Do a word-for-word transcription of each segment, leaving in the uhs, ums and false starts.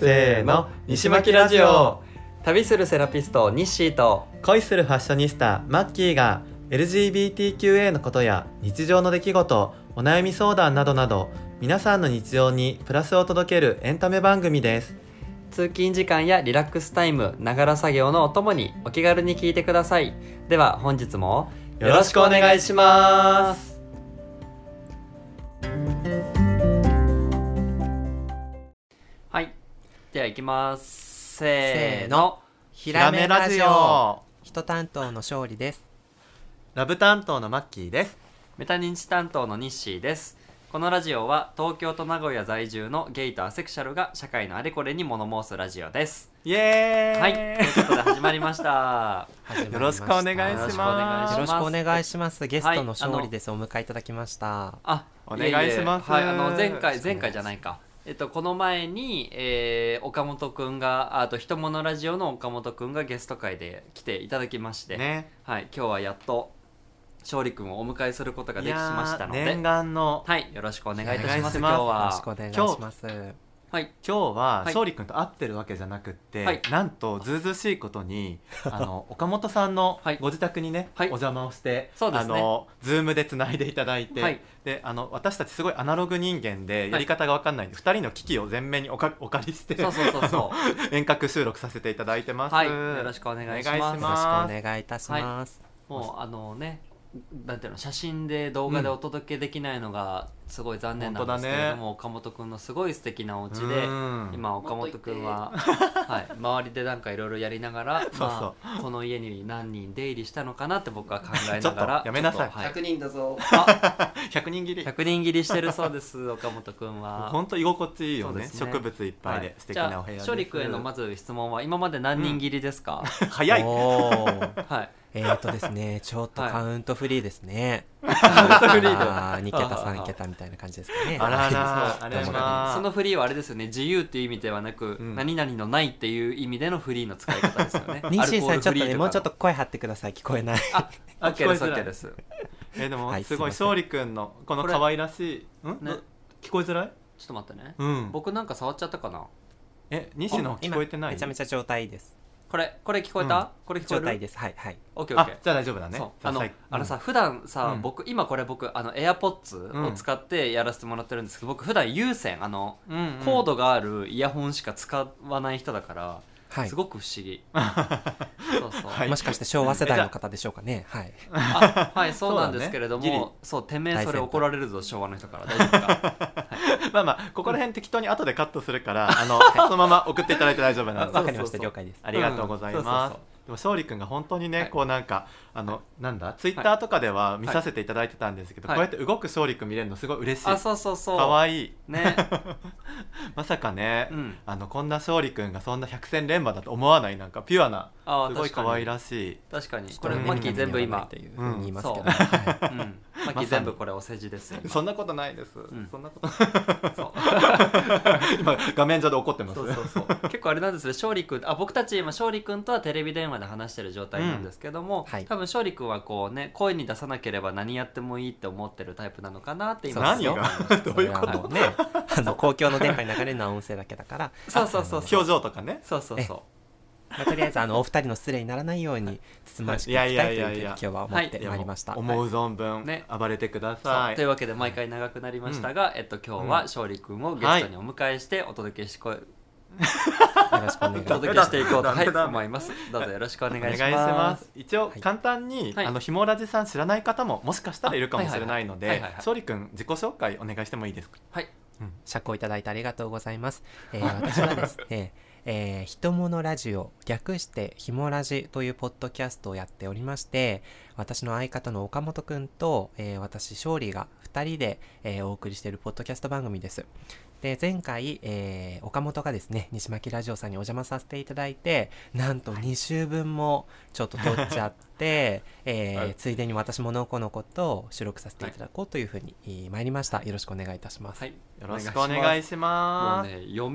せーの、西巻ラジオ。 旅するセラピストニッシーと恋するファッショニスタマッキーが エルジービーティーキューエー のことや日常の出来事、お悩み相談などなど皆さんの日常にプラスを届けるエンタメ番組です。 通勤時間やリラックスタイム、ながら作業のお供にお気軽に聞いてください。では本日もよろしくお願いします。 はい、では行きます。せーせーの、 のひらめラジオ。人担当の勝利です。 ラブ担当のマッキーです。 メタ認知担当のニッシーです。このラジオは東京と名古屋在住のゲイとアセクシャルが社会のあれこれに物申すラジオです。 イエーイ。 はい、ということで始まりましたよろしくお願いします。 よろしくお願いします。ゲストの勝利です。お迎えいただきました。 あ、 お願いします。 はい、あの前回前回じゃないか。えっと、この前に、えー、岡本くんがあとひとものラジオの岡本くんがゲスト会で来ていただきまして、ね、はい、今日はやっと勝利くんをお迎えすることができましたので、 念願の、 はい、よろしくお願いいたします。今日はよろしくお願いします。 はい、 今日は勝利くんと会ってるわけじゃなくって、はい、なんとずうずうしいことにあの岡本さんのご自宅にね、はい、お邪魔をして、 そうですね、 あのズームでつないでいただいて、はい、であの私たちすごいアナログ人間でやり方が分かんないんで、はい、ふたりの機器を前面におかお借りしてそうそうそうそう遠隔収録させていただいてます。 はい、よろしくお願いします。よろしくお願いいたします。 はい、もうあのね、なんていうの、写真で動画でお届けできないのがすごい残念なんですけれども、うんね、岡本くんのすごい素敵なお家で、今岡本くんは、はい、周りでなんかいろいろやりながらそうそう、まあ、この家に何人出入りしたのかなって僕は考えながらやめなさい、 はい、 ひゃくにんだぞ。 あひゃくにん切りひゃくにん切りしてるそうです岡本くんは。 本当居心地いいよ ね, ね植物いっぱいで、はい、素敵なお部屋です。 じゃあ勝利くんへのまず質問は今まで何人切りですか？ うん、早いはい、 えーとですね、ちょっとカウントフリーですね。 カウントフリーでに桁さん桁みたいな感じですかね。 あらら、あれまあ、そのフリーはあれですよね、自由っていう意味ではなく、うん、何々のないっていう意味でのフリーの使い方ですよね。 ニッシーさんちょっとね、もうちょっと声張ってください。聞こえない。 あ、OK です OK です。 えー、でも、はい、すごい勝利くんのこの可愛らしい、ん、ね、聞こえづらい？ ちょっと待ってね、 うん、 僕なんか触っちゃったかな。 え、西の聞こえてない？ めちゃめちゃ状態いいです。 これこれ聞こえた？うん、これ聞こえる？ 状態です。はいはい。 オッケーオッケー。じゃあ大丈夫だね。 あの、うん、あのさ、普段さ、うん、僕今これ僕あの AirPods を使ってやらせてもらってるんですけど、僕普段有線あの、うんうん、コードがあるイヤホンしか使わない人だから、はい、すごく不思議。そうそう、はい、 もしかして昭和世代の方でしょうかね。はい。 あ、はい、そうなんですけれども、そう、ね、そう、てめえそれ怒られるぞ昭和の人から大丈夫か。はい、 まあまあここら辺適当に後でカットするから、あのそのまま送っていただいて大丈夫なんで。 わかりました。了解です。 ありがとうございます。うん、そうそうそう、でも勝利くんが本当にね、はい、こうなんかあのなんだツイッターとかでは見させていただいてたんですけど、はい、こうやって動く勝利くん見れるのすごい嬉しい。 あ、そうそうそう、 かわいいね。 まさかね、 うん、 あのこんな勝利くんがそんな百戦錬磨だと思わない、なんかピュアな、すごい可愛らしい。 確かにこれマッキー全部今っていうふうに言いますけど、 うん、マッキー全部これお世辞ですよ。 そんなことないです、 うん、 そんなことそう今画面上で怒ってます。 そうそうそう結構あれなんですね、勝利くん、あ、僕たち今勝利くんとはテレビ電話で話してる状態なんですけども、うん、はい、多分勝利くんはこうね、声に出さなければ何やってもいいって思ってるタイプなのかなって今何がどういうことね。あの公共の電波に流れるのは音声だけだからそうそうそう、 表情とかね。 そうそうそう、 まあ、とりあえずあのお二人の失礼にならないようにつつましくいきたいというふうに今日は思ってまいりました。 はい、思う存分、ね、暴れてください。 というわけで毎回長くなりましたが、うん、えっと、今日は勝利くんをゲストにお迎えしてお届けしこ、はい、よろしくお願いします。お届けしていこうと、はい、思います。どうぞよろしくお願いします。お願いします。 一応簡単に、はい、あのひもラジさん知らない方ももしかしたらいるかもしれないので、勝利くん自己紹介お願いしてもいいですか？ はい、 うん、尺をいただいてありがとうございます。えー、私はですねえー、ひとものラジオ、略してひもラジというポッドキャストをやっておりまして、私の相方の岡本くんと、えー、私勝利がふたりで、えー、お送りしているポッドキャスト番組です。で、前回、えー、岡本がですね、西巻ラジオさんにお邪魔させていただいて、なんとに週分もちょっと撮っちゃって、えーはい、ついでに私ものこのこと収録させていただこうというふうに参りました。よろしくお願いいたします。 はい、 よろしくお願いします。 もうね、嫁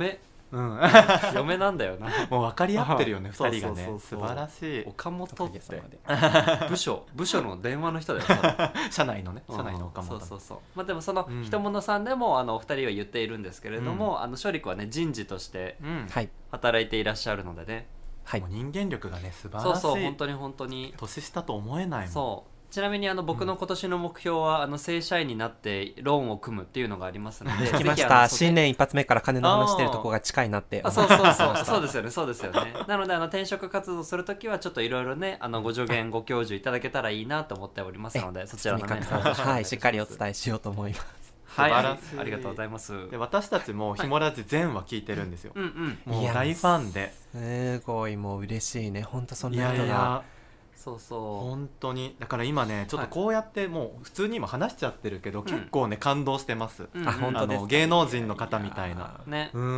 うん、 嫁なんだよな。 もう分かり合ってるよねふたりがね。 そうそうそうそう、 素晴らしい。 岡本って部署部署の電話の人だよ社内のね、社内の岡本。 そうそうそう。まあでもそのひとものさんでもあのお二人は言っているんですけれども、 うん、 あの勝利君はね人事としてはい、 働いていらっしゃるのでね、 はい、 もう人間力がね素晴らしい。 そうそう、本当に本当に年下と思えないもん。 そう、ちなみにあの僕の今年の目標は、うん、あの正社員になってローンを組むっていうのがありますので聞きました。新年一発目から金の話してるとこが近いなって。 あ、そうそうそうそうですよね、そうですよね。なのであの転職活動するときはちょっといろいろね、あのご助言ご教授いただけたらいいなと思っておりますので、そちらの面はい、しっかりお伝えしようと思います。 はい、ありがとうございます。 で私たちもひもラジ全話聞いてるんですよ、 はい、うんうん、 もう大ファンで。 すごいもう嬉しいね、本当そんな人が。 いやいや、 そうそう、 本当にだから今ねちょっとこうやってもう普通に今話しちゃってるけど、はい、結構ね感動してます、 うん、 あ、本当ですか。 芸能人の方みたいなね、 うん、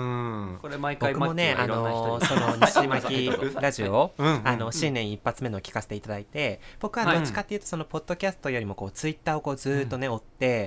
これ毎回僕もね、あのその西巻ラジオ、あの新年一発目の聞かせていただいて、僕はどっちかっていうとそのポッドキャストよりもこうツイッターをこうずっとね追って、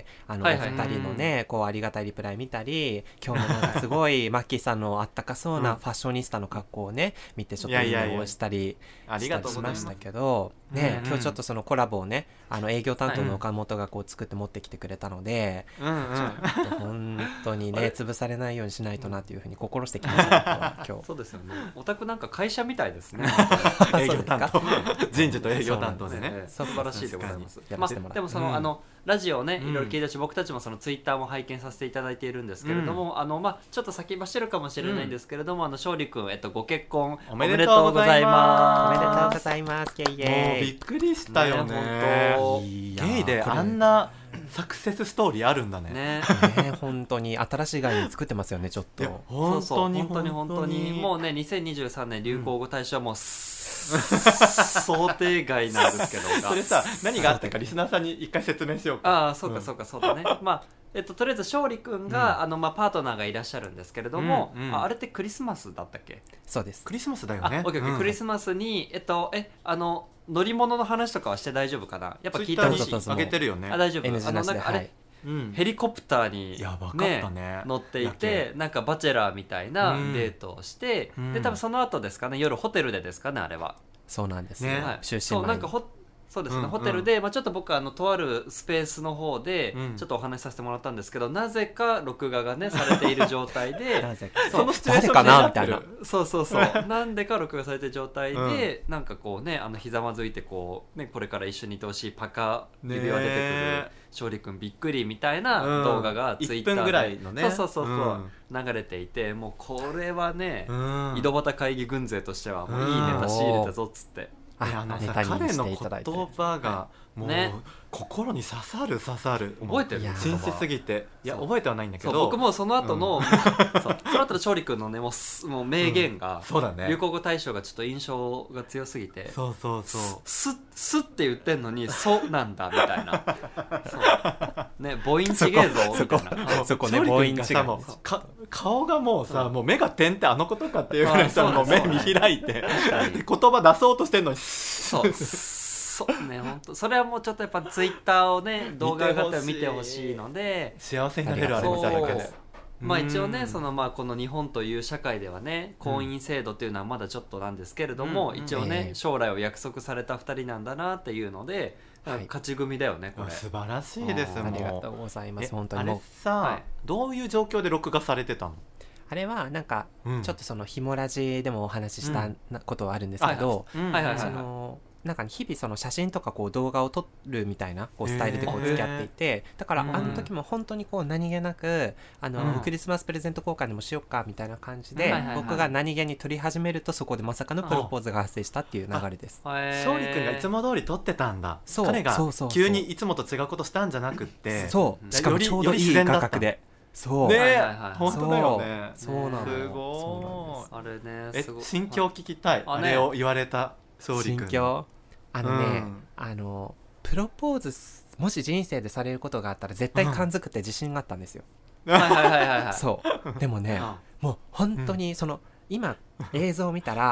あのお二人のねこうありがたいリプライ見たり、今日もなんかすごいマッキーさんのあったかそうなファッショニスタの格好をね見てちょっといいねをしたりしましたけどね。今日ちょっとそのコラボをね、あの営業担当の岡本がこう作って持ってきてくれたので、うんうん、ちょっと本当にね潰されないようにしないとなっていうふうに心してきました今日。 そうですよね。お宅なんか会社みたいですね。 営業担当、人事と営業担当でね。 素晴らしいでございます。まあでもその、うん、あのラジオをねいろいろ聞いたし、うん、僕たちもそのツイッターも拝見させていただいているんですけれども、うん、あのまあちょっと先走るかもしれないんですけれども、うん、あの勝利君、えっとご結婚おめでとうございます。おめでとうございます。ゲイゲイ。 もうびっくりしたよね。ね、本当ゲイであんなサクセスストーリーあるんだね。 ね、ね、本当に新しい概念作ってますよね、ちょっと。 本当に本当に本当にもうねにせんにじゅうさんねん流行語大賞はもう、うん、想定外なんですけどそれさ何があったかリスナーさんに一回説明しようか。 ああ、そうかそうか、そうだね。まあえっと、とりあえず勝利君が、うん、あのまあ、パートナーがいらっしゃるんですけれども、うんうん、あ, あれってクリスマスだったっけ？ そうです、 クリスマスだよね。 あ、オッケーオッケー、うん、クリスマスに、えっと、えあの乗り物の話とかはして大丈夫かな。やっぱ聞いてほしい。 あげてるよね。 あ、大丈夫。 エヌジー なしで、 あのなんかあれ、 はい、 うん、ヘリコプターに、ねね、乗っていて、なんかバチェラーみたいなデートをして、うん、で多分その後ですかね、夜ホテルでですかね、あれは。 そうなんですね、はい、就寝前にそうなんかホそうですね、うんうん、ホテルで、まあ、ちょっと僕はあのとあるスペースの方でちょっとお話しさせてもらったんですけど、うん、なぜか録画がねされている状態でなぜかそのシチュエーションかなみたいな、 そうそうそうなんでか録画されている状態で、うん、なんかこうね、あのひざまずいてこう、ね、これから一緒にいてほしいパカ指輪出てくる勝利君びっくりみたいな動画がツイッターで、うん、いっぷんぐらいのね、そうそうそうそう、うん、流れていて、もうこれはね、うん、井戸端会議軍勢としてはもういいネタ仕入れたぞっつって、 あのさ、彼の言葉がもう、ね、心に刺さる刺さる。 覚えてる？ 真摯すぎて、いや覚えてはないんだけど、 僕もその後の、うん、そうその後の勝利君のねもう、もう名言が、うん、そうだね、流行語大賞がちょっと印象が強すぎて、 そうそうそう、 すすって言ってんのにそうなんだみたいな、そうね、母音ちげえぞみたいな、 そこね、母音違い顔がもうさ、うん、もう目が点ってあのことかっていうぐらいさ、もう目見開いて言葉出そうとしてんのに、 そうそうね、本当それはもうちょっとやっぱツイッターをね動画型を見てほしいので、 幸せになれるあれみたいな感じで、 まあ一応ね、そのまあこの日本という社会ではね、婚姻制度っていうのはまだちょっとなんですけれども、うん、一応ね、えー、将来を約束されたふたりなんだなっていうので、はい、勝ち組だよねこれ。 素晴らしいです。もうありがとうございます。本当にもうあれさ、はい、どういう状況で録画されてたの？ あれはなんかちょっとそのひもラジでもお話ししたことはあるんですけど、そのなんか日々その写真とかこう動画を撮るみたいなこうスタイルでこう付き合っていて、だからあの時も本当にこう何気なくあのクリスマスプレゼント交換でもしようかみたいな感じで僕が何気に撮り始めると、そこでまさかのプロポーズが発生したっていう流れです。 勝利君がいつも通り撮ってたんだ。彼が急にいつもと違うことしたんじゃなくって、 そうしかもちょうどいい価格で、そうね、はいはいはい、本当だよね。 そうなの。 すごい。 あれね、 え、心境聞きたい。あれを言われた勝利君。 心境。あのね、うん、あのプロポーズもし人生でされることがあったら絶対感づくって自信があったんですよ。 はいはいはいはい。 そう。でもね、もう本当にその今映像を見たら。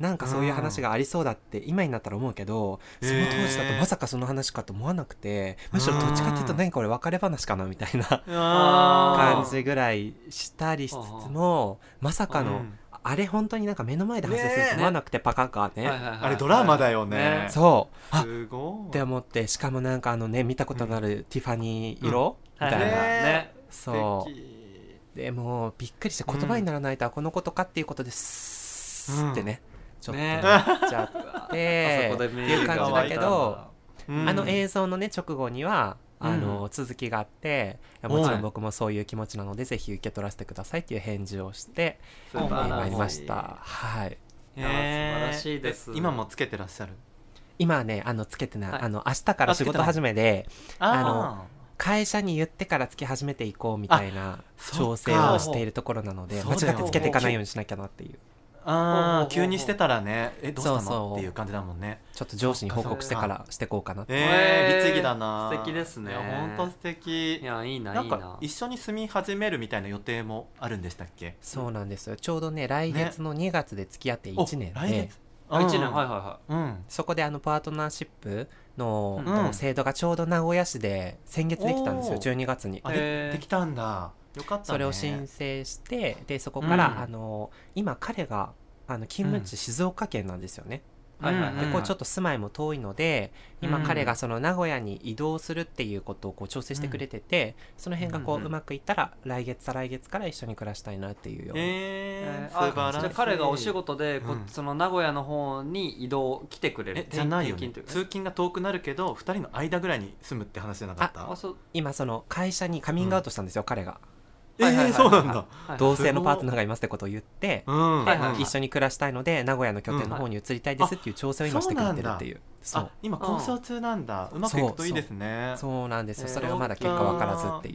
なんかそういう話がありそうだって今になったら思うけど、その当時だとまさかその話かと思わなくて、むしろどっちかっていうと何か俺別れ話かなみたいな感じぐらいしたりしつつも、まさかのあれ本当になんか目の前で発生すると思わなくて、パカかね、 あれドラマだよね。 そうすごいって思って、しかもなんかあのね見たことのあるティファニー色みたいなね、そうでもうびっくりして言葉にならないとはこのことかっていうことですってね、ちょっとなっちゃってっていう感じだけど、あの映像のね直後にはあの続きがあって、もちろん僕もそういう気持ちなのでぜひ受け取らせてくださいっていう返事をしてまいりました。はい、 いや素晴らしいです。 今もつけてらっしゃる？ 今はねあのつけてない、あの明日から仕事始めで、あの会社に言ってからつけ始めていこうみたいな調整をしているところなので、間違ってつけていかないようにしなきゃなっていう。 ああ急にしてたらね、えどうしたのっていう感じだもんね。 ちょっと上司に報告してからしてこうかなって。 えー、律儀だな。 素敵ですね。 本当素敵。 いやいいな、 なんか一緒に住み始めるみたいな予定もあるんでしたっけ？ そうなんですよ。ちょうどね来月のにがつで付き合っていちねんで、 来月あいちねん、はいはいはい、 うん、そこであのパートナーシップの、うん、制度がちょうど名古屋市で先月できたんですよ。じゅうにがつにあ で, できたんだ。よかったね。 それを申請して、でそこから、うん、あの今彼があの勤務地、うん、静岡県なんですよね。でこうちょっと住まいも遠いので、今彼がその名古屋に移動するっていうことをこう調整してくれてて、その辺がこううまくいったら来月再来月から一緒に暮らしたいなっていうような。 えー、素晴らしい。じゃあ彼がお仕事でこ、うん、その名古屋の方に移動来てくれる。 えじゃないよね。通勤が遠くなるけどふたりの間ぐらいに住むって話じゃなかった？ あそ今その会社にカミングアウトしたんですよ、うん、彼が。 えー、そうなんだ。 同性のパートナーがいますってことを言って、うん、で一緒に暮らしたいので名古屋の拠点の方に移りたいですっていう調整を今してくれてるっていう。 そう今交渉中なんだ。うまくいくといいですね。 そう、そう、そうなんですよ。それがまだ結果分からずっていう。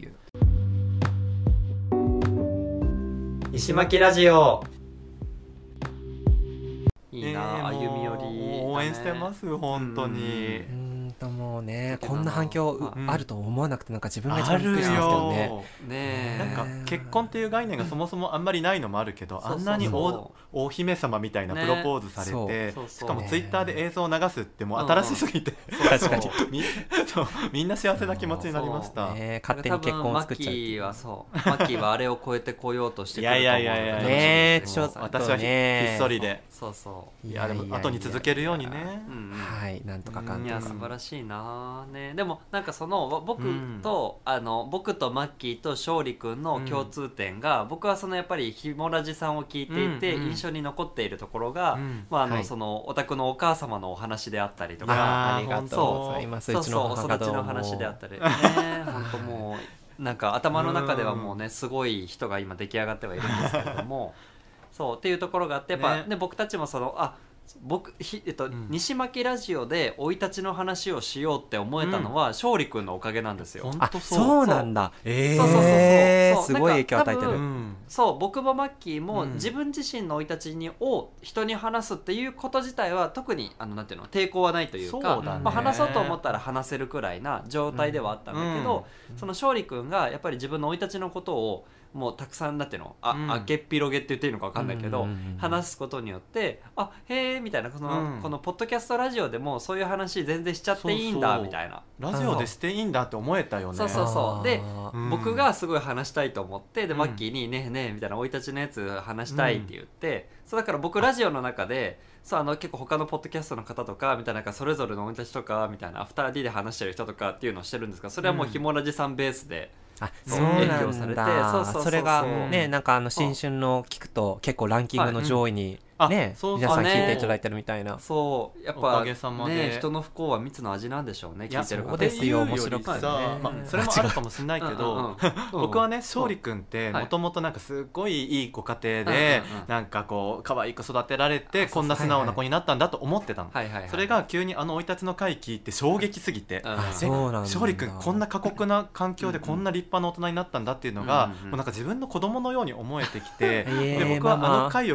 石巻ラジオ。 いいな、歩み寄り応援してます本当に。 ともうねこんな反響あると思わなくて、なんか自分が一番びっくりしますけどね。 ねなんか結婚っていう概念がそもそもあんまりないのもあるけど、あんなに大姫様みたいなプロポーズされて、しかもツイッターで映像を流すってもう新しすぎて、 確かにみんな幸せな気持ちになりました。 勝手に結婚を作っちゃう。 マッキーはそうマッキーはあれを超えてこようとしてくると思う。 いやいやいやいやね、 私はひっそりで、 そうそういやでも後に続けるようにね。 はいなんとかかんとか。 いや素晴らしいな。ね、でもなんかその僕と、うん、あの僕とマッキーと勝利くんの共通点が、うん、僕はそのやっぱりひもラジさんを聞いていて、うんうん、印象に残っているところが、うんまああのはい、そのお宅のお母様のお話であったりとか、 ありがとうございます。 そうそうそう育ちの話であったりね本当もうなんか頭の中ではもうねすごい人が今出来上がってはいるんですけれどもそうっていうところがあってやっぱ、ね、で僕たちもそのあ僕ひ、えっとうん、西巻ラジオで生い立ちの話をしようって思えたのは、うん、勝利くんのおかげなんですよ。 あ、そうなんだ。えー、そうそうそうそう、すごい影響を与えてる。 そう僕もマッキーも、うん、自分自身の生い立ちにを人に話すっていうこと自体は特にあのなんていうの抵抗はないというか、そうだね、まあ、話そうと思ったら話せるくらいな状態ではあったんだけど、うん、その勝利くんがやっぱり自分の生い立ちのことをもうたくさんなんていうのあ、うん、あげっぴろげって言っていいのか分かんないけど、うんうんうん、話すことによってあへえみたいなこの、うん、このポッドキャストラジオでもそういう話全然しちゃっていいんだみたいな、 ラジオでしていいんだって思えたよね。 そうそうそうで、うん、僕がすごい話したいと思ってで、うん、マッキーにねえねえみたいな生い立ちのやつ話したいって言って、うん、そうだから僕ラジオの中でそうあの結構他のポッドキャストの方とかみたいななんかそれぞれの生い立ちとかみたいなアフター D で話してる人とかっていうのをしてるんですが、それはもうひもラジさんベースで、 うん、あそうなんだ。それがねなんかあの新春の聞くと結構ランキングの上位に、はいね、そうそう皆さん聞いていただいてるみたいな。 そうやっぱね人の不幸は蜜の味なんでしょうね。聞いてる方そうですよ。面白くてね、 まあ、それもあるかもしれないけど僕はね勝利くんってもともとなんかすごいいいご家庭でなんかこう可愛く育てられてこんな素直な子になったんだと思ってたの。それが急にあの生い立ちの回聞いて衝撃すぎて、勝利くんこんな過酷な環境でこんな立派な大人になったんだっていうのがもうなんか自分の子供のように思えてきて、で僕はあの回を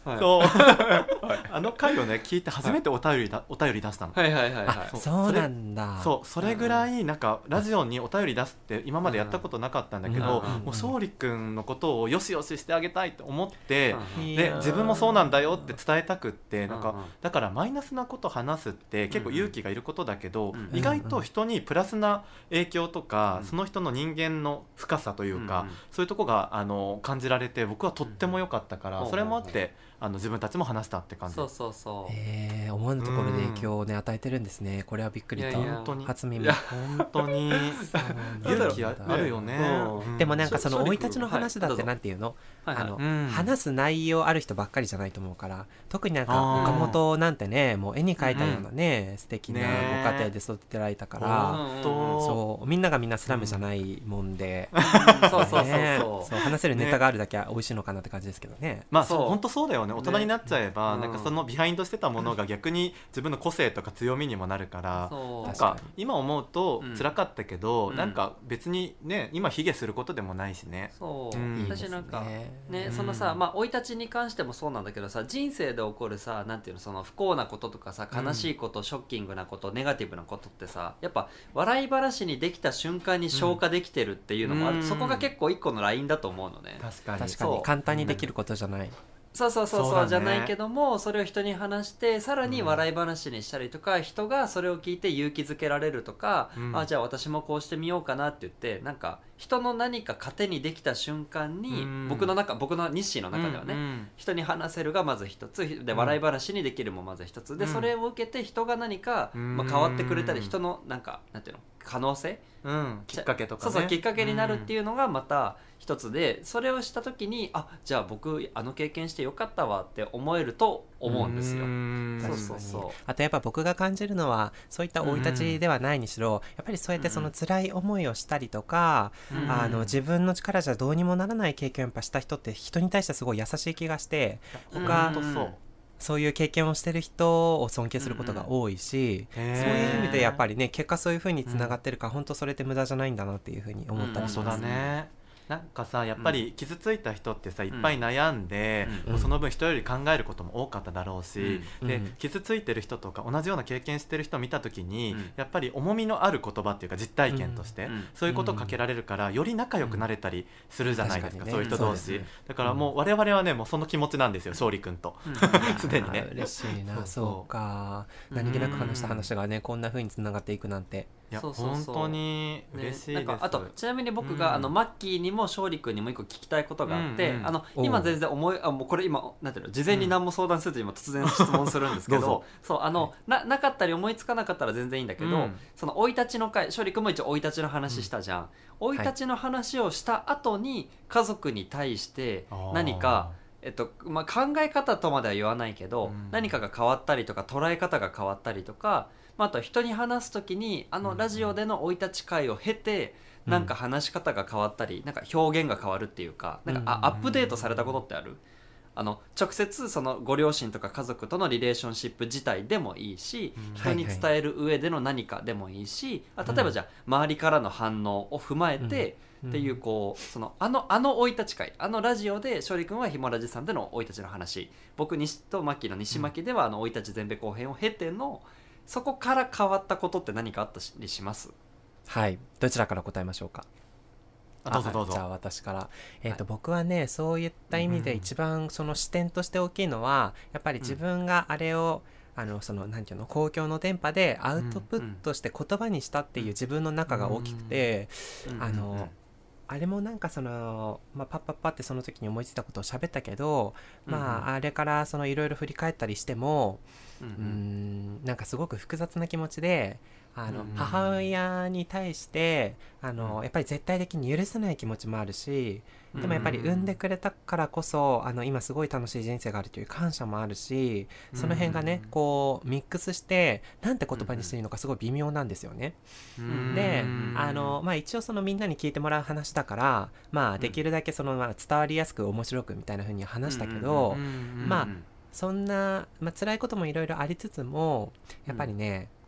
はい、そうあの回をね聞いて初めてお便りだ、はい、お便り出したの。 はいはいはいはい。 そう、そうなんだ。 そうそれぐらいなんかラジオにお便り出すって今までやったことなかったんだけど、うん、もう勝利くんのことをよしよししてあげたいと思って、うん、で自分もそうなんだよって伝えたくって、なんかだからマイナスなこと話すって結構勇気がいることだけど、うん、意外と人にプラスな影響とか、うん、その人の人間の深さというか、うん、そういうとこがあの感じられて僕はとっても良かったから、うん、それもあってあの自分たちも話したって感じ。 そうそうそう。 へえ、思わぬところで影響をね、うん、与えてるんですね。これはびっくりと。 いやいや本当に初耳。 本当に勇気あるよね。 うん、でもなんかその生い立ちの話だってなんていうの、はい、あの、うん、話す内容ある人ばっかりじゃないと思うから、特になんか岡本なんてね、もう絵に描いたようなね、うん、素敵なご家庭で育てられたから、ね、そうみんながみんなスラムじゃないもんで、 うん、そうそうそうそう、 ね、そう話せるネタがあるだけは美味しいのかなって感じですけどね。 まあそう本当そうだよね。大人になっちゃえば、ね、なんかそのビハインドしてたものが逆に自分の個性とか強みにもなるから、うん、なんか今思うと辛かったけど、うん、なんか別にね今卑下することでもないしね。 そう、うん、私なんかね、そのさ、まあ生い立ちに関してもそうなんだけどさ、人生で起こるさ、なんていうの、その不幸なこととかさ、悲しいこと、うん、ショッキングなこと、ネガティブなことってさ、やっぱ笑い話にできた瞬間に消化できてるっていうのもある、うん、そこが結構一個のラインだと思うのね。 確かに確かに簡単にできることじゃない、うん、 そうそうそうそう、そう、ね、じゃないけども、それを人に話してさらに笑い話にしたりとか、うん、人がそれを聞いて勇気づけられるとか、うん、あじゃあ私もこうしてみようかなって言って、なんか人の何か糧にできた瞬間に、うん、僕の中僕の日誌の中ではね、うんうん、人に話せるがまず一つで、笑い話にできるもまず一つで、うん、それを受けて人が何か、まあ、変わってくれたり、人のなんかなんていうの可能性、 うん、きっかけとかね、 そうそうきっかけになるっていうのがまた一つで、それをした時にあじゃあ僕あの経験してよかったわって思えると思うんですよ。そうそうそう。 あとやっぱ僕が感じるのはそういった生い立ちではないにしろ、やっぱりそうやってその辛い思いをしたりとか、あの自分の力じゃどうにもならない経験をやっぱした人って人に対してすごい優しい気がして、他そういう経験をしてる人を尊敬することが多いし、うんうん、そういう意味でやっぱりね結果そういう風につながってるから、うん、本当それって無駄じゃないんだなっていう風に思ったりしますね。 うん、そうだね。なんかさやっぱり傷ついた人ってさ、うん、いっぱい悩んで、うん、もうその分人より考えることも多かっただろうし、うん、で傷ついてる人とか同じような経験してる人を見た時に、うん、やっぱり重みのある言葉っていうか実体験として、うん、そういうことをかけられるからより仲良くなれたりするじゃないですか、うん、そういう人同士、ね、だからもう我々はねもうその気持ちなんですよ、勝利くんとすで、うん、にね。 嬉しいな。そうそうか、何気なく話した話がねこんな風につながっていくなんて、 いやそうそうそう本当に嬉しいです、ね、 なんかあとちなみに僕が、うん、あのマッキーにも勝利君にも一個聞きたいことがあって、うんうん、あの今全然思いあもうこれ今なんていうの事前に何も相談せず今突然質問するんですけど、どうぞそうあの、はい、な, なかったり思いつかなかったら全然いいんだけど、うん、その生い立ちの回、勝利君も一応生い立ちの話したじゃん、生、うん、い立ちの話をした後に家族に対して何かえっとまあ、考え方とまでは言わないけど、うん、何かが変わったりとか捉え方が変わったりとか、まあ、あと人に話すときにあのラジオでの生い立ち会を経て、うん、なんか話し方が変わったりなんか表現が変わるっていうか、なんかあアップデートされたことってある？あの直接そのご両親とか家族とのリレーションシップ自体でもいいし、うん、人に伝える上での何かでもいいし、はいはい、あ例えばじゃあ、うん、周りからの反応を踏まえて、うん、っていうこうそのあのあの生い立ち会、あのラジオで勝利君はひもラジさんでの生い立ちの話、僕西とマッキーの西巻ではあの生い立ち前編後編を経てのそこから変わったことって何かあったりします？ はい、どちらから答えましょうか？ どうぞどうぞ。 じゃあ私から、えーとはい、僕はねそういった意味で一番その視点として大きいのは、うん、やっぱり自分があれを、うん、あのそのなんていうの公共の電波でアウトプットして言葉にしたっていう自分の中が大きくて、うん、あの、うん、あれもなんかその、まあ、パッパッパってその時に思いついたことを喋ったけど、まああれからそのいろいろ振り返ったりしても、うん、うーんなんかすごく複雑な気持ちで、あの、うん、母親に対してあの、うん、やっぱり絶対的に許せない気持ちもあるし、でもやっぱり産んでくれたからこそあの今すごい楽しい人生があるという感謝もあるし、その辺がねこうミックスしてなんて言葉にしていいのかすごい微妙なんですよね。であの、まあ、一応そのみんなに聞いてもらう話だから、まあ、できるだけその、まあ、伝わりやすく面白くみたいな風に話したけど、まあそんな、まあ辛いこともいろいろありつつもやっぱりね、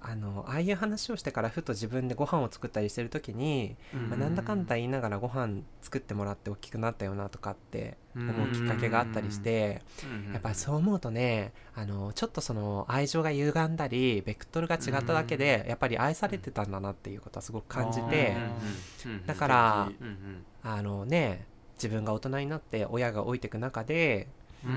あのああいう話をしてからふと自分でご飯を作ったりしてる時に、まあ、なんだかんだ言いながらご飯作ってもらって大きくなったよなとかって思うきっかけがあったりして、やっぱりそう思うとね、あのちょっとその愛情が歪んだりベクトルが違っただけでやっぱり愛されてたんだなっていうことはすごく感じて、だからあのね、自分が大人になって親が老いていく中で、うん、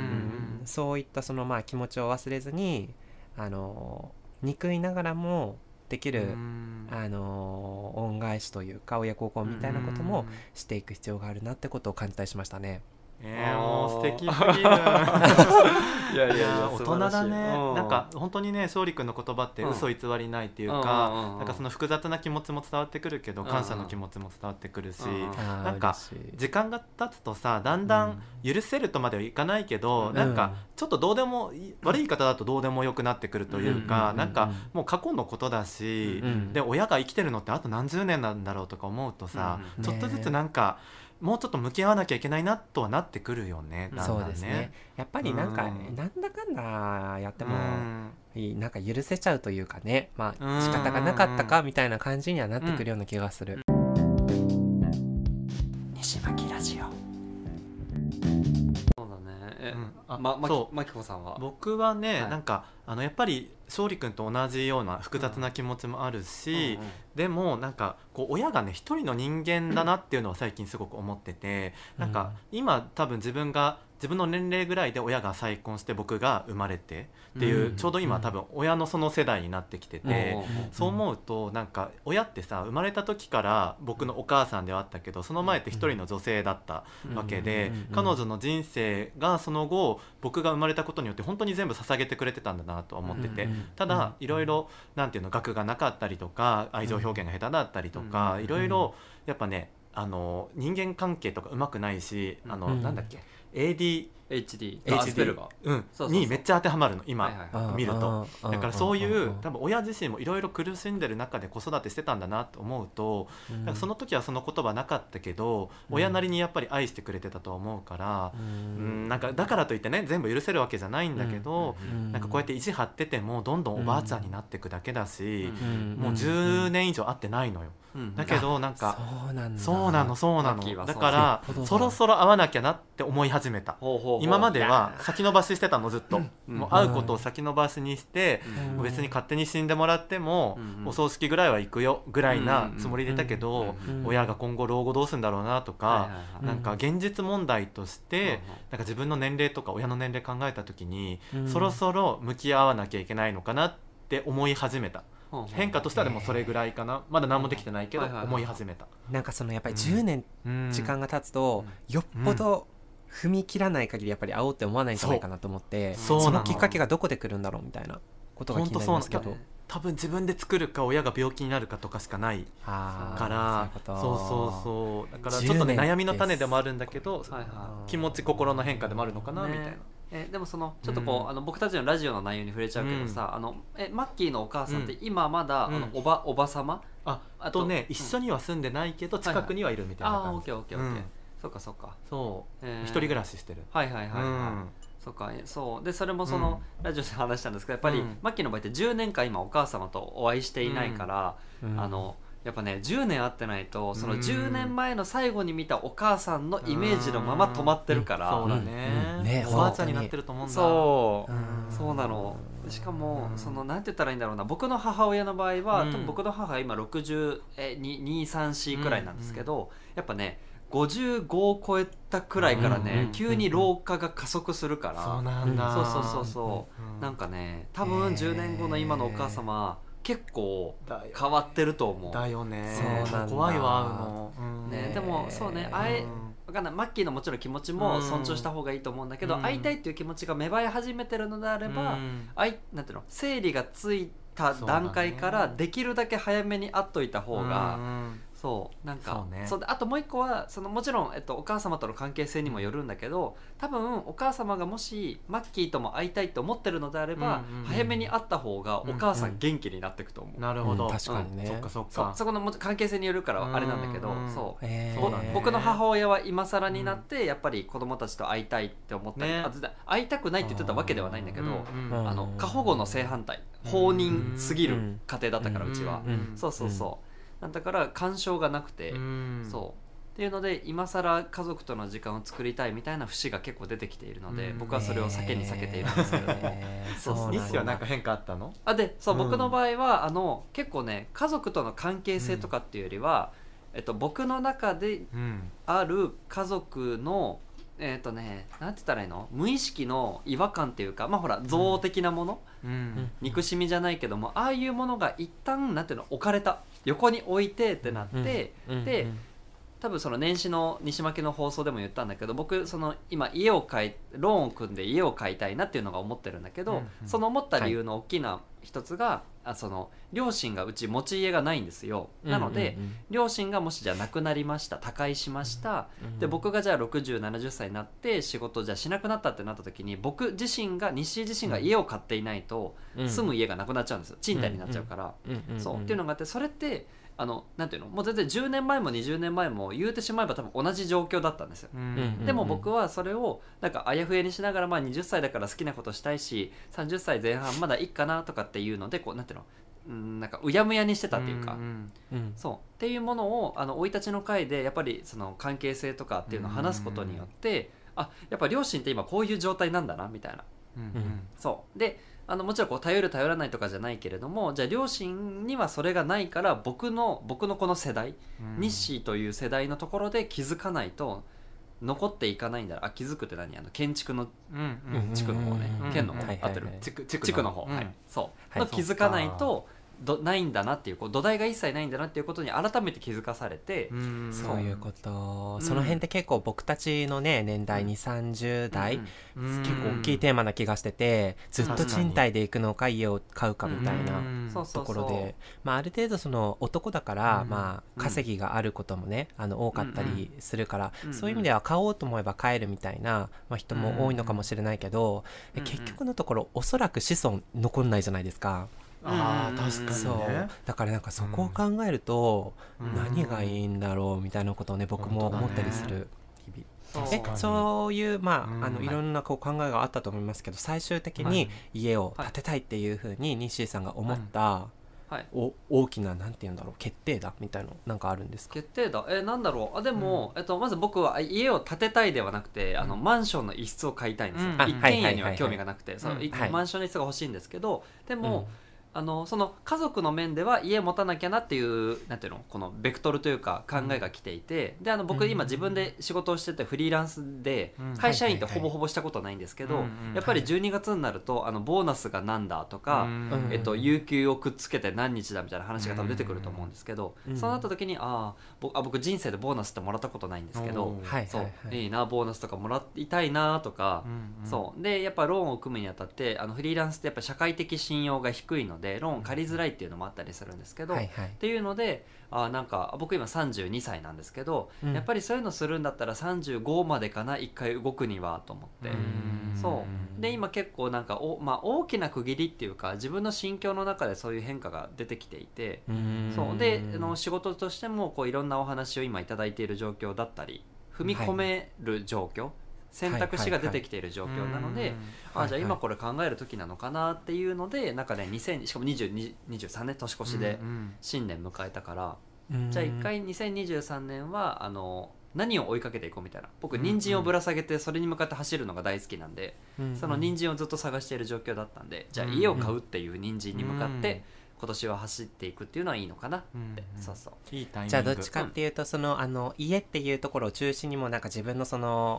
そういったそのまあ気持ちを忘れずに、あの憎いながらもできる、あの恩返しというか親孝行みたいなこともしていく必要があるなってことを感じたりしましたね。 えー、もう素敵すぎるいやいやいや大人だね。なんか本当にね、勝利君の言葉って嘘偽りないっていうか、なんかその複雑な気持ちも伝わってくるけど感謝の気持ちも伝わってくるし、なんか時間が経つとさ、だんだん許せるとまではいかないけど、なんかちょっとどうでも悪い言い方だとどうでもよくなってくるというか、なんかもう過去のことだし、で親が生きてるのってあと何十年なんだろうとか思うとさ、ちょっとずつなんかもうちょっと向き合わなきゃいけないなとはなってくるよね。だんだんね。そうですね。 やっぱりなんか、うん、なんだかんだやっても、うん、なんか許せちゃうというかね、まあ仕方がなかったかみたいな感じにはなってくるような気がする。うん、西巻ラジオ。 そうだね。え、 うん、あ、 ま、まき、まきこさんは。 僕はね、はい、なんかあのやっぱり勝利君と同じような複雑な気持ちもあるし、うんうんうん、でもなんかこう親がね一人の人間だなっていうのは最近すごく思ってて、うん、なんか今多分自分が自分の年齢ぐらいで親が再婚して僕が生まれてっていう、うん、ちょうど今多分親のその世代になってきてて、うん、そう思うとなんか親ってさ、生まれた時から僕のお母さんではあったけど、その前って一人の女性だったわけで、彼女の人生がその後僕が生まれたことによって本当に全部捧げてくれてたんだなと思ってて、ただいろいろなんていうの、学がなかったりとか愛情表現が下手だったりとか、いろいろやっぱね、あの人間関係とかうまくないし、あの、うん、なんだっけ エーディーエイチディー エイチディー、うん、そうそうそうにめっちゃ当てはまるの今、はいはい、見ると。だからそういう多分親自身もいろいろ苦しんでる中で子育てしてたんだなと思うと、うん、なんかその時はその言葉なかったけど、うん、親なりにやっぱり愛してくれてたと思うから、うん、なんかだからといってね全部許せるわけじゃないんだけど、うん、なんかこうやって意地張っててもどんどんおばあちゃんになっていくだけだし、うん、もうじゅうねん以上会ってないのよ。うん、だけどなんかそうなんだ、 そうなのそうなのだからそろそろ会わなきゃなって思い始めた。ほうほうほう、今までは先延ばししてたのずっと、うん、もう会うことを先延ばしにして、うん、別に勝手に死んでもらっても、うん、お葬式ぐらいは行くよぐらいなつもりでいたけど、うん、親が今後老後どうするんだろうなとか、うん、なんか現実問題として、うん、なんか自分の年齢とか親の年齢考えた時に、うん、そろそろ向き合わなきゃいけないのかなって思い始めた。変化としてはでもそれぐらいかな、まだ何もできてないけど思い始めた。 なんかそのやっぱりじゅうねん時間が経つと、うん、よっぽど踏み切らない限りやっぱり会おうって思わないんじゃないかなと思って、そ, そのきっかけがどこで来るんだろうみたいなことが気になりますけど、 多分自分で作るか親が病気になるかとかしかないから、そうそうそうだからちょっとね悩みの種でもあるんだけど、気持ち心の変化でもあるのかな、ね、みたいな。 えでもそのちょっとこう、うん、あの僕たちのラジオの内容に触れちゃうけどさ、うん、あのえマッキーのお母さんって今まだ、うん、あのおばおばさま、 ああとね、うん、一緒には住んでないけど近くにはいるみたいな感じ。 ああオッケーオッケーオッケー、そうかそうか、 そう、えー、一人暮らししてる。 はいはいはいはい、うん、そうかそうでそれもその、うん、ラジオで話したんですけどやっぱり、うん、マッキーの場合ってじゅうねんかん今お母様とお会いしていないから、うん、あのやっぱねじゅうねん会ってないとそのじゅうねんまえの最後に見たお母さんのイメージのまま止まってるから、 そうだね、うんね、おばあちゃんになってると思うんだ。 そう、そうなの。しかもそのなんて言ったらいいんだろうな、僕の母親の場合は、多分僕の母は今ろくじゅうに、さん、よんくらいなんですけど、やっぱねごじゅうごを超えたくらいからね、急に老化が加速するから、 そうなんだ、 そうそうそうそう、なんかね多分じゅうねんごの今のお母様結構変わってると思う。 だよね。そうなんだ。怖いわ会うの、 うんね、でもそうね、あえわかんない、マッキーのもちろん気持ちも尊重した方がいいと思うんだけど、うん、会いたいっていう気持ちが芽生え始めてるのであれば、うん、あいなんていうの整理がついた段階からできるだけ早めに会っといた方が、うん、 そうなんかそうねそうであともう一個はそのもちろん、えっと、お母様との関係性にもよるんだけど、多分お母様がもしマッキーとも会いたいと思ってるのであれば、 うんうんうん、 早めに会った方がお母さん元気になっていくと思う、 うんうん、なるほど、 うん、確かにね、 うん、そっかそっか、 そ, そこのも関係性によるからあれなんだけど、 うんうん、 そう、 えー、 そうだね、僕の母親は今更になってやっぱり子供たちと会いたいって思ったり、ね、あ会いたくないって言ってたわけではないんだけど、 うんうん、 あの過保護の正反対、放任すぎる家庭だったから、うちは、 うんうん、 そうそうそう、だから干渉がなくて、うん、そうっていうので今更家族との時間を作りたいみたいな節が結構出てきているので、うん、僕はそれを避けに避けているんですけども、えー、 そうそう、西は何か変化あったの？ あでそう、うん、僕の場合はあの結構ね、家族との関係性とかっていうよりは、うん、えっと、僕の中である家族のえっとね、なんて言ったらいいの、無意識の違和感っていうか、まあほら憎悪的なもの、うん、憎しみじゃないけども、ああいうものが一旦なんていうの、置かれた、横に置いてってなって、うん、で、うん、多分その年始の西巻の放送でも言ったんだけど、僕その今家を買いローンを組んで家を買いたいなっていうのが思ってるんだけど、うんうん、その思った理由の大きな一つが、はい、あその両親がうち持ち家がないんですよ。なので、うんうんうん、両親がもしじゃあ亡くなりました、他界しました、うんうん、で僕がじゃあろくじゅう、ななじゅっさいになって仕事じゃしなくなったってなった時に、僕自身が西自身が家を買っていないと、うん、住む家がなくなっちゃうんですよ、賃貸になっちゃうから、うんうん、そうっていうのがあって、それってあのなんていうの、もう全然じゅうねんまえもにじゅうねんまえも言うてしまえば多分同じ状況だったんですよ、うんうんうん、でも僕はそれをなんかあやふやにしながら、まあ、はたちだから好きなことしたいし、さんじゅっさいぜん半まだいいかなとかっていうので、こうなんていうの、うん、なんかうやむやにしてたっていうか、うんうん、そうっていうものをあの生い立ちの会でやっぱりその関係性とかっていうのを話すことによって、うん、あやっぱ両親って今こういう状態なんだなみたいな、うんうん、そうであのもちろんこう頼る頼らないとかじゃないけれども、じゃあ両親にはそれがないから僕の僕のこの世代、うん、日誌という世代のところで気づかないと残っていかないんだ。あ、気づくって何、あの建築の地区の方ね、県の方、合ってる、地区の方、はい、そうの気づかないとどないんだなっていう、こう土台が一切ないんだなっていうことに改めて気づかされて、 うんそういうこと、うん、その辺って結構僕たちのね年代に、さんじゅう代、うん、結構大きいテーマな気がしてて、ずっと賃貸で行くのか家を買うかみたいなところで、まあある程度その男だから、うん、まあ稼ぎがあることもねあの多かったりするから、うん、そういう意味では買おうと思えば買えるみたいな、まあ、人も多いのかもしれないけど、うん、結局のところおそらく子孫残んないじゃないですか。 あ確かにね、 そうだからなんかそこを考えると、うん、何がいいんだろうみたいなことをね僕も思ったりする日々、ね、えそういうまあ、うん、あのいろんなこう考えがあったと思いますけど、最終的に家を建てたいっていうふうにニッシーさんが思った、はいはい、お大きななんて言うんだろう決定打みたいなのなんかあるんですか？ 決定打えなんだろう、あでも、うんえっと、まず僕は家を建てたいではなくて、あのマンションの一室を買いたいんですよ、うん、一軒家には興味がなくて、そのマンションの一室が欲しいんですけど、でも、うんあのその家族の面では家持たなきゃなっていうなんていうのこのベクトルというか考えが来ていて、うん、であの僕今自分で仕事をしててフリーランスで会社員ってほぼほぼしたことないんですけど、やっぱりじゅうにがつになるとあのボーナスがなんだとか、えっと、有給をくっつけて何日だみたいな話が多分出てくると思うんですけど、そうなった時にあ僕あ僕人生でボーナスってもらったことないんですけど、そういいなボーナスとかもらいたいなとか、そうでやっぱローンを組むにあたってあのフリーランスってやっぱ社会的信用が低いのででローン借りづらいっていうのもあったりするんですけど、はいはい、っていうのであなんか僕今さんじゅうにさいなんですけど、うん、やっぱりそういうのするんだったらさんじゅうごまでかな一回動くにはと思ってそうで今結構なんかお、まあ、大きな区切りっていうか自分の心境の中でそういう変化が出てきていてそうであの仕事としてもこういろんなお話を今いただいている状況だったり踏み込める状況、はい選択肢が出てきている状況なので、あじゃあ今これ考える時なのかなっていうのでなんかねにせんしかもにじゅうに、にじゅうさんねん年越しで新年迎えたから、じゃあ一回にせんにじゅうさんねんはあの何を追いかけていこうみたいな、僕人参をぶら下げてそれに向かって走るのが大好きなんで、その人参をずっと探している状況だったんで、じゃあ家を買うっていう人参に向かって今年は走っていくっていうのはいいのかなって、うん、そうそういいタイミング。じゃあどっちかっていうとそのあの家っていうところを中心にもなんか自分のその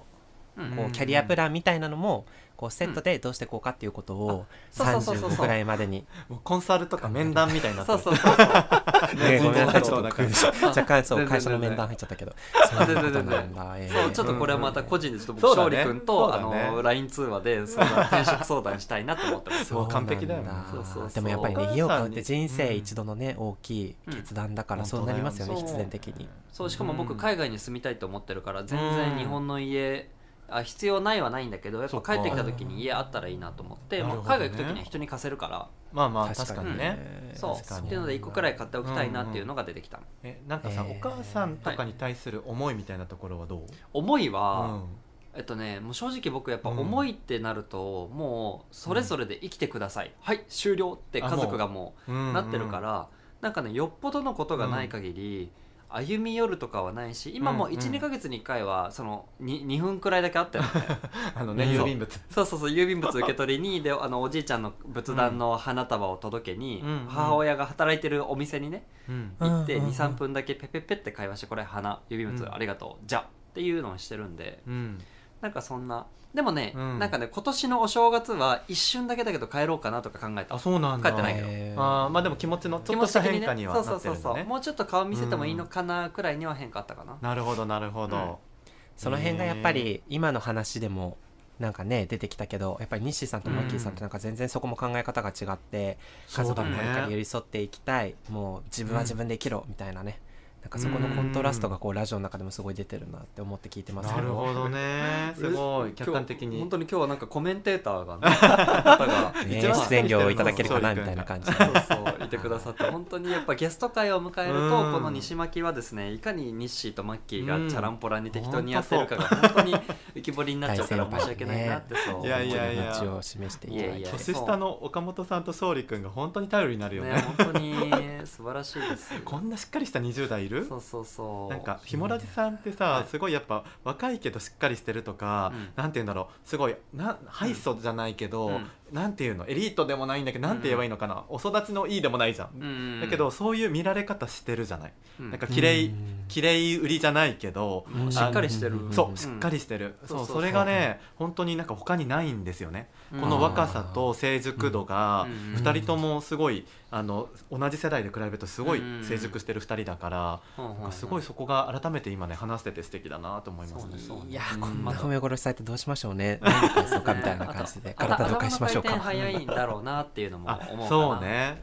こうキャリアプランみたいなのもこうセットでどうしていこうかっていうことをさんじゅうごぐらいまでにコンサルとか面談みたいになってる。 そうそうそうね、ごめんなさいちょっと若干そう会社の面談入っちゃったけどそうちょっとこれはまた個人でちょっと僕勝利君とあの ライン 通話で転職相談したいなと思ってます。 もう完璧だよね。 でもやっぱりね家を買うって人生一度のね大きい決断だからそうなりますよね必然的に。 そうしかも僕海外に住みたいと思ってるから全然日本の家あ必要ないはないんだけどやっぱ帰ってきた時に家あったらいいなと思って、もう海外行く時には人に貸せるからまあまあ確かにね、 そうっていうのでいっこくらい買っておきたいなっていうのが出てきた。 えなんかさお母さんとかに対する思いみたいなところはどう？ 思いはえっとねもう正直僕やっぱ思いってなるともうそれぞれで生きてくださいはい終了って家族がもうなってるからなんかねよっぽどのことがない限り歩み寄るとかはないし今もいち、にかげつにいっかいはその 2, にふんくらいだけあったよねあのね郵便物そうそうそう郵便物受け取りにであのおじいちゃんの仏壇の花束を届けに、うん、母親が働いてるお店にね、うん、行って にさんぷんだけペペペって会話してこれ花郵便物ありがとう、うん、じゃっていうのをしてるんで、うん、なんかそんなでもね、うん、なんかね今年のお正月は一瞬だけだけど帰ろうかなとか考えた。 あそうなんだ。 帰ってないけどあまあでも気持ちのちょっとした変化にはなってるんだね。 そうそうそうもうちょっと顔見せてもいいのかなくらいには変化あったかな、うん、 なるほどなるほど、うん、 その辺がやっぱり今の話でもなんかね出てきたけどやっぱり西さんとマッキーさんってなんか全然そこも考え方が違って、うん、家族の中から寄り添っていきたい、もう自分は自分で生きろみたいなね、なんかそこのコントラストがこうラジオの中でもすごい出てるなって思って聞いてますけど。 なるほどねすごい客観的に本当に今日はなんかコメンテーターが、ね、方が、 ね、出演料をいただけるかなみたいな感じでそうそういてくださって本当にやっぱゲスト会を迎えるとこの西巻はですねいかにニッシーとマッキーがチャランポラに適当にやってるかが本当に浮き彫りになっちゃうから申し訳ないなってそういやいやいや道を示していただいて年下の岡本さんと勝利君が本当に頼りになるよね。 ね本当に素晴らしいですこんなしっかりしたにじゅう代いる？ そうそうそうなんかひもラジさんってさ、はい、すごいやっぱ若いけどしっかりしてるとか、うん、なんて言うんだろうすごいなハイソじゃないけど、うん、なんていうのエリートでもないんだけどなんて言えばいいのかな、うん、お育ちのいいでもないじゃん、うん、だけどそういう見られ方してるじゃない、うん、なんか綺麗綺麗売りじゃないけど、 うん、しっかりしてるそうしっかりしてる、うん、そうそれがね本当になんか他にないんですよね、うん、この若さと成熟度がふたりともすごいあの同じ世代で比べるとすごい成熟してるふたりだから、うん、なんかすごいそこが改めて今ね話してて素敵だなと思いますね。 いやこんな褒め殺しされてどうしましょうね何かそうかみたいな感じで体どかしましょうか。 頭の回転早いんだろうなっていうのも思うかな。 そうね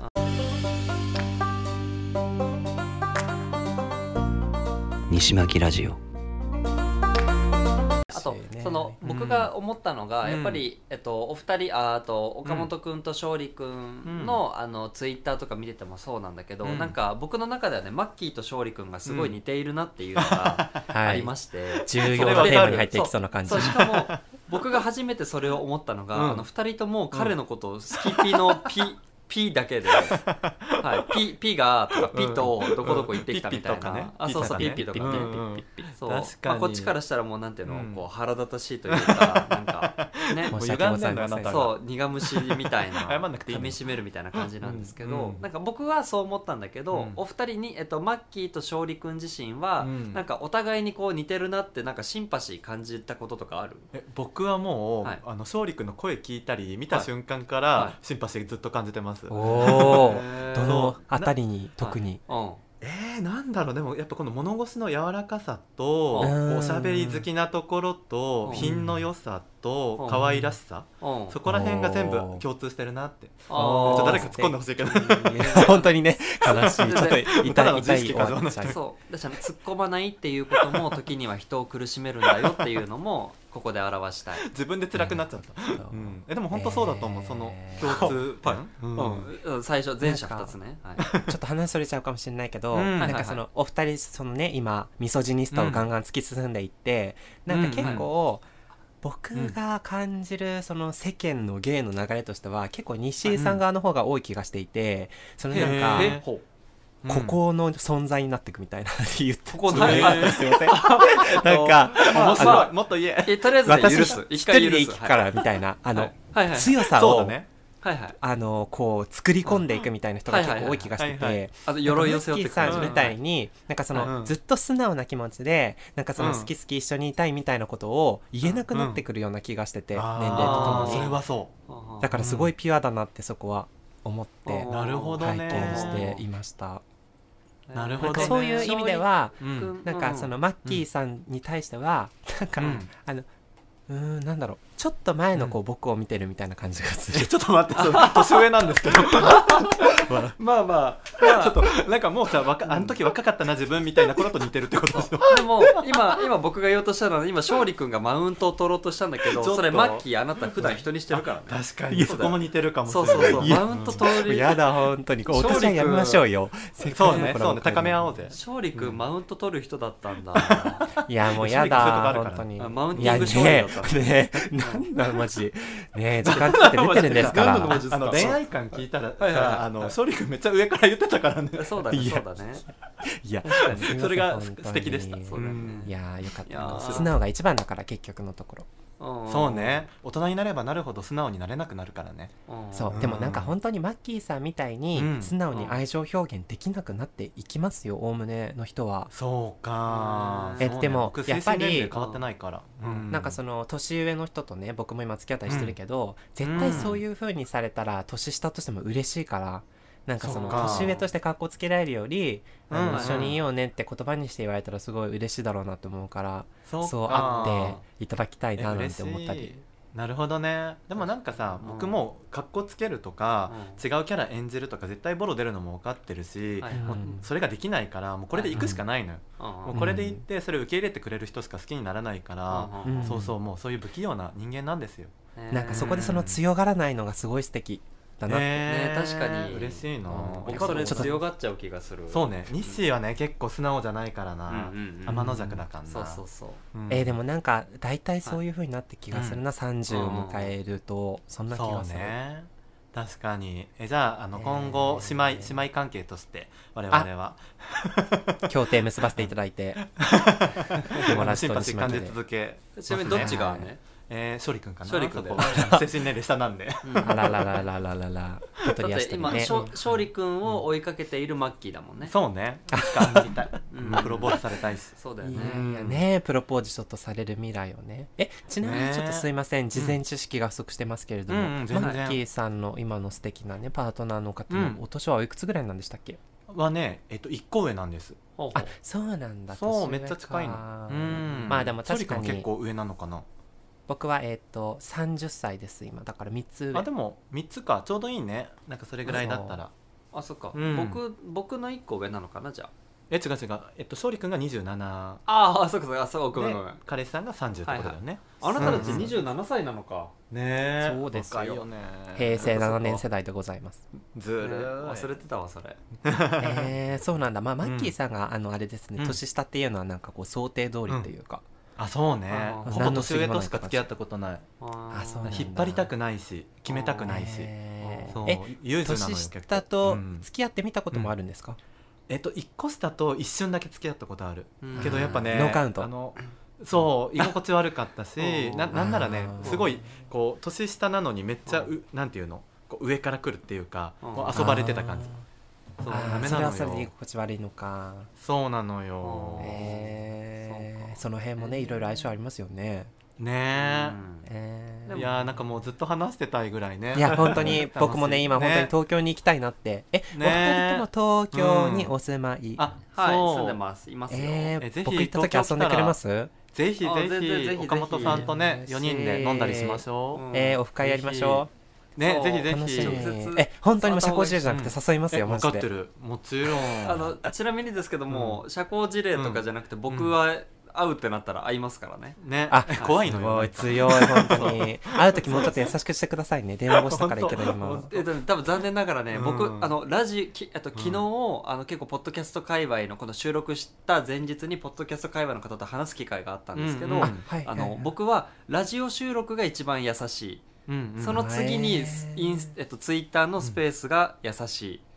西巻ラジオ。 あとその僕が思ったのが、うん、やっぱり、えっと、お二人 あ, あと岡本君と勝利君 の,、うん、あのツイッターとか見ててもそうなんだけど、うん、なんか僕の中ではねマッキーと勝利君がすごい似ているなっていうのがありまして、うんはい、 重要なテーマに入っていきそうな感じ。 そうそうしかも僕が初めてそれを思ったのが、うん、あのふたりとも彼のことをスキピのピP だけで、はい、P, P がとか P とどこどこ行ってきたみたいな、うんね、あそうそう P とかね、うんうん、そうまあ、こっちからしたらもうなんていうの、うん、こう腹立たしいというかなんかね申し訳ございません。 そう苦虫みたいな噛みしめるみたいな感じなんですけど、うんうん、なんか僕はそう思ったんだけど、うん、お二人に、えっと、マッキーと勝利君自身は、うん、なんかお互いにこう似てるなってなんかシンパシー感じたこととかある？ え僕はもう、はい、あの勝利君の声聞いたり見た瞬間から、はい、シンパシーずっと感じてます。 おーどのあたりに特に、 はいうんえー、なんだろうでもやっぱこの物腰の柔らかさとおしゃべり好きなところと品の良さと可愛らしさそこら辺が全部共通してるなってちょっと誰か突っ込んでほしいけど本当にね悲しいちょっと痛い痛いそうだから突っ込まないっていうことも時には人を苦しめるんだよっていうのもここで表したい。 自分で辛くなっちゃった、うん、えでも本当そうだと思う、えー、その共通点、 うんうん、最初前者ふたつね、はい、 ちょっと話それちゃうかもしれないけど、うん、なんかそのお二人そのね今ミソジニストをガンガン突き進んでいって、うん、なんか結構、うん僕が感じるその世間の芸の流れとしては結構西井さん側の方が多い気がしていて、そのなんかここの存在になっていくみたいな言ってここのすいませんなんかもっと言えとりあえず私一人で生きからみたいなあの強さをはいはい、 あのこう作り込んでいくみたいな人が結構多い気がしてて、 あと鎧を背負ってさんみたいになんかその、 うん、 ずっと素直な気持ちでなんかその好き好き一緒にいたいみたいなことを言えなくなってくるような気がしてて、うん、年齢とともに。 それはそうだからすごいピュアだなってそこは思ってなるほどね拝見していました。 なるほどね、 そういう意味では、 うん、 なんかそのマッキーさんに対しては、うん、なんか、うん、あのうーんなんだろうちょっと前のこう、うん、僕を見てるみたいな感じがする。 ちょっと待って年上なんですけどまあまあ、まあ、ちょっとなんかもうさわかあの時若かったな自分みたいな頃と似てるってことでしょでも今今僕が言おうとしたのは今勝利君がマウントを取ろうとしたんだけどそれマッキーあなた普段人にしてるからね。 確かにそこも似てるかもしれない。 そうそうそうマウント取るやだ本当にお年はやめましょうよ。 そうねそうね高め合おうぜ。 勝利君、うん、マウント取る人だったんだ。 いやもうやだ本当にマウンティング勝利だったねねなんだマジね時間かけて出てるんですからあの恋愛観聞いたらさあの勝利君めっちゃ上から言ってたからね。 そうだねそうだね。 いやそれが素敵でした。 そうだね。いやよかった素直が一番だから結局のところ。 そうね大人になればなるほど素直になれなくなるからね。 そうでもなんか本当にマッキーさんみたいに素直に愛情表現できなくなっていきますよおおむねの人は。 そうかえでもやっぱり変わってないからなんかその年上の人とね僕も今付き合ったりしてるけど絶対そういう風にされたら年下としても嬉しいからなんかその年上として格好つけられるよりあの一緒にいようねって言葉にして言われたらすごい嬉しいだろうなと思うからそうあっていただきたいななんて思ったり。 なるほどね。でもなんかさ、うん、僕も格好つけるとか、うん、違うキャラ演じるとか絶対ボロ出るのも分かってるし、はい、もうそれができないからもうこれで行くしかないのよ、うん、もうこれで行ってそれを受け入れてくれる人しか好きにならないから、うん、そうそうもうそういう不器用な人間なんですよ。 なんかそこでその強がらないのがすごい素敵だなって、 ね、確かに嬉しいな。 僕はそれ強がっちゃう気がする。 そうね日誌はね結構素直じゃないからな天の弱だからな。 そうそうそう、 うん、えー、でもなんか大体そういう風になって気がするな、はい、さんじゅうを迎えるとそんな気がする。そうね確かに。えじゃあ、あの今後姉妹、えー、姉妹関係として我々は協定結ばせていただいてシンパシー感じ続け。 ちなみにどっちがねえー、勝利君かな。 勝利君で精神年齢下なんで、 うん、あらららららららだって今勝利君を追いかけているマッキーだもんね、 うん、そうねいつか見たい、うん、プロポーズされたいし。 そうだよね。 いやいやねプロポーズちょっとされる未来をね。えちなみにちょっとすいません、ね、事前知識が不足してますけれども、うんうんうん、マッキーさんの今の素敵なねパートナーの方のお年はおいくつぐらいなんでしたっけ？ はね、えっと、いっこ上なんです。 あそうなんだ。 そうめっちゃ近いの。うんまあでも確かに結構上なのかな。 僕はえっとさんじゅっさいです今だからみっつ上。 あでもみっつかちょうどいいね。なんかそれぐらいだったら。 あそっか、うん、僕僕のいっこ上なのかなじゃあ。 え違う違うえっと勝利君がにじゅうなな。 ああそっかそっかそうごめんごめん。 彼氏さんがさんじゅうってことだよね、 はいはい、あなたたちにじゅうななさいなのか、 うん、ねえそうですよ、 よね。 平成ななねん世代でございます。 ずるい、ね、 忘れてたわそれえー、そうなんだ。まあマッキーさんがあのあれですね、うん、年下っていうのはなんかこう想定通りというか、 うん、あそうねほぼ年上としか付き合ったことない。 あそうなんだ。 引っ張りたくないし決めたくないし、 えー、 そうえ優柔なのよ。 年下と付き合ってみたこともあるんですか？うんえっと、いっこ下と一瞬だけ付き合ったことあるけどやっぱねノーカウント。 あのそう居心地悪かったし な, なんならねすごいこう年下なのにめっちゃうなんていうのこう上から来るっていうかこう遊ばれてた感じ。 そうダメなのよ。それはそれで居心地悪いのか。 そうなのよ。 えー、その辺もねいろいろ相性ありますよね。 ねえ、 えー、いやなんかもうずっと話してたいぐらいね。 いや本当に僕もね今本当に東京に行きたいなって、ね、え、ね、お二人とも東京にお住まい、うん、 あはい住んでますいますよ、 えー、えぜひ僕行った時遊んでくれます？ ぜひぜひ岡本さんとねよにんで飲んだりしましょう、うん、 えー、オフ会やりましょうね、ぜひぜひえ本当にも社交辞令じゃなくて誘いますよ、 うん、マジで分かってるもちろんあのちなみにですけども、うん、社交辞令とかじゃなくて僕は、うん会うってなったら会いますからね。 ね、あ怖いのよ。 すごい強い本当に。会う時もうちょっと優しくしてくださいね。電話越しだからいけない今。 えっと多分残念ながらね、うん、僕あのラジきあと昨日、うん、あの結構ポッドキャスト界隈のこの収録した前日にポッドキャスト界隈の方と話す機会があったんですけど、うんうん、あの僕はラジオ収録が一番優しい。うんうん、その次にインスえっとツイッターのスペースが優しい。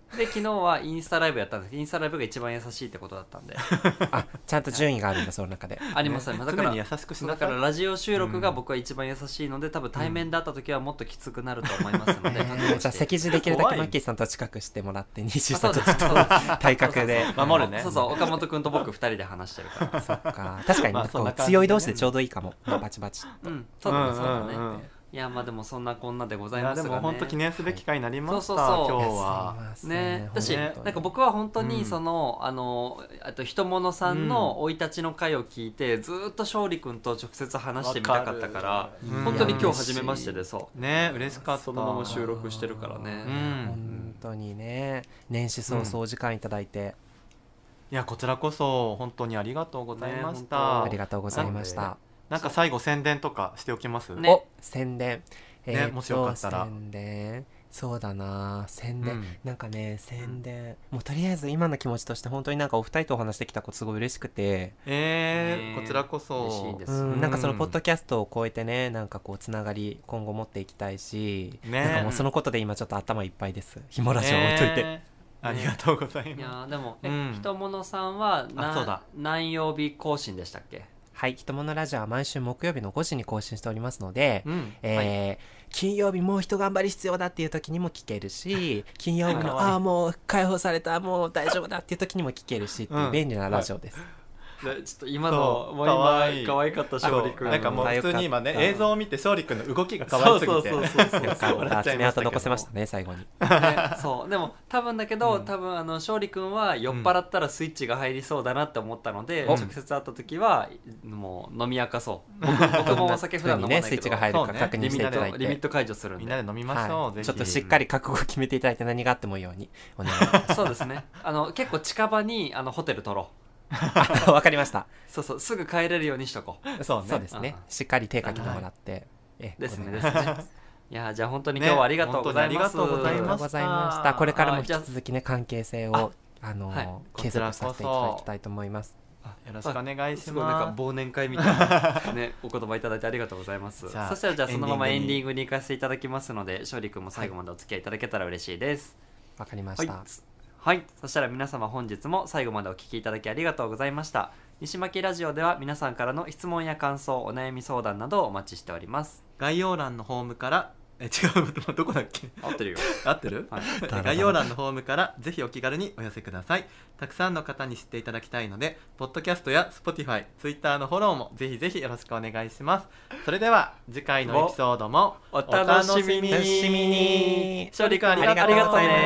で昨日はインスタライブやったんですけどインスタライブが一番優しいってことだったんであちゃんと順位があるんだその中であります、ね、だから常に優しくしなだからラジオ収録が僕は一番優しいので、うん、多分対面で会った時はもっときつくなると思いますので、うんえー、じゃあ席次できるだけマッキーさんと近くしてもらって西さんちょっと体格で守るねそうそう岡本君と僕ふたりで話してるからそっか確かになんかこう強い同士でちょうどいいかもバチバチうんそうだねそうだね、うんうんうんいやまあでもそんなこんなでございますがね。 いやでも本当記念すべき回になりました、 はい、 今日はね。私なんか僕は本当にその、うん、あのあとひとものさんの生い立ちの回を聞いて、うん、ずっと勝利君と直接話してみたかったから、うん、本当に今日初めましてでそうね嬉しかったそのまま収録してるからね。 うん、本当にね年始早々お時間いただいて、うん、 いやこちらこそ本当にありがとうございました。 ありがとうございました。 なんか最後宣伝とかしておきます？ ね、お宣伝、えー、 ね、もしよかったら宣伝そうだな宣伝、うん、なんかね宣伝もうとりあえず今の気持ちとして本当になんかお二人とお話できたことすごい嬉しくてえー、こちらこそ嬉しいです、 うん、なんかそのポッドキャストを超えてねなんかこうつながり今後持っていきたいし、ね、なんかもうそのことで今ちょっと頭いっぱいです。ひもラジオ置いといて、えー、ありがとうございます。 いやでもえ、うん、ひとものさんはな何曜日更新でしたっけ？ はい、ひとものラジオは毎週木曜日のごじに更新しておりますので、うんえーはい、金曜日もう一頑張り必要だっていう時にも聞けるし金曜日のああもう解放されたもう大丈夫だっていう時にも聞けるしっていう便利なラジオです、うんちょっと今のもう今可愛かった勝利君なんかもう普通に今ね映像を見て勝利君の動きが可愛すぎてよかった爪痕残せましたね最後に、ね、 そうでも多分だけど、うん、多分あの勝利君は酔っ払ったらスイッチが入りそうだなって思ったので、うん、直接会った時はもう飲み明かそう僕もお酒普段飲まないけど、ね、 スイッチが入るか確認していただいて、 ね、リミット解除するんでみんなで飲みましょう、はい、ぜひちょっとしっかり覚悟を決めていただいて何があってもいいようにお願いしますそうですねあの結構近場にあのホテル取ろうわかりましたそうそうすぐ帰れるようにしとこうそう、ね、そうですねしっかり手かけてもらって、はい、 えですねですねいやじゃあ本当に今日はありがとうございます、 ね、ありがとうございましたこれからも引き続きね関係性をあの、はい、継続させていただきたいと思います。 よろしくお願いします。すごいなんか忘年会みたいな、ね、お言葉いただいてありがとうございますそしたらじゃあそのままエンディングに行かせていただきますので勝利君も最後までお付き合いいただけたら嬉しいですわ、はい、かりました、 はいはい、そしたら皆様本日も最後までお聞きいただきありがとうございました。西巻ラジオでは皆さんからの質問や感想、お悩み相談などをお待ちしております。 概要欄のホームからえ違うどこだっけ合ってるよ合ってる、はい、概要欄のホームからぜひお気軽にお寄せください。たくさんの方に知っていただきたいのでポッドキャストや Spotify、Twitter のフォローもぜひぜひよろしくお願いします。それでは次回のエピソードもお楽しみに。 勝利君ありがとうね。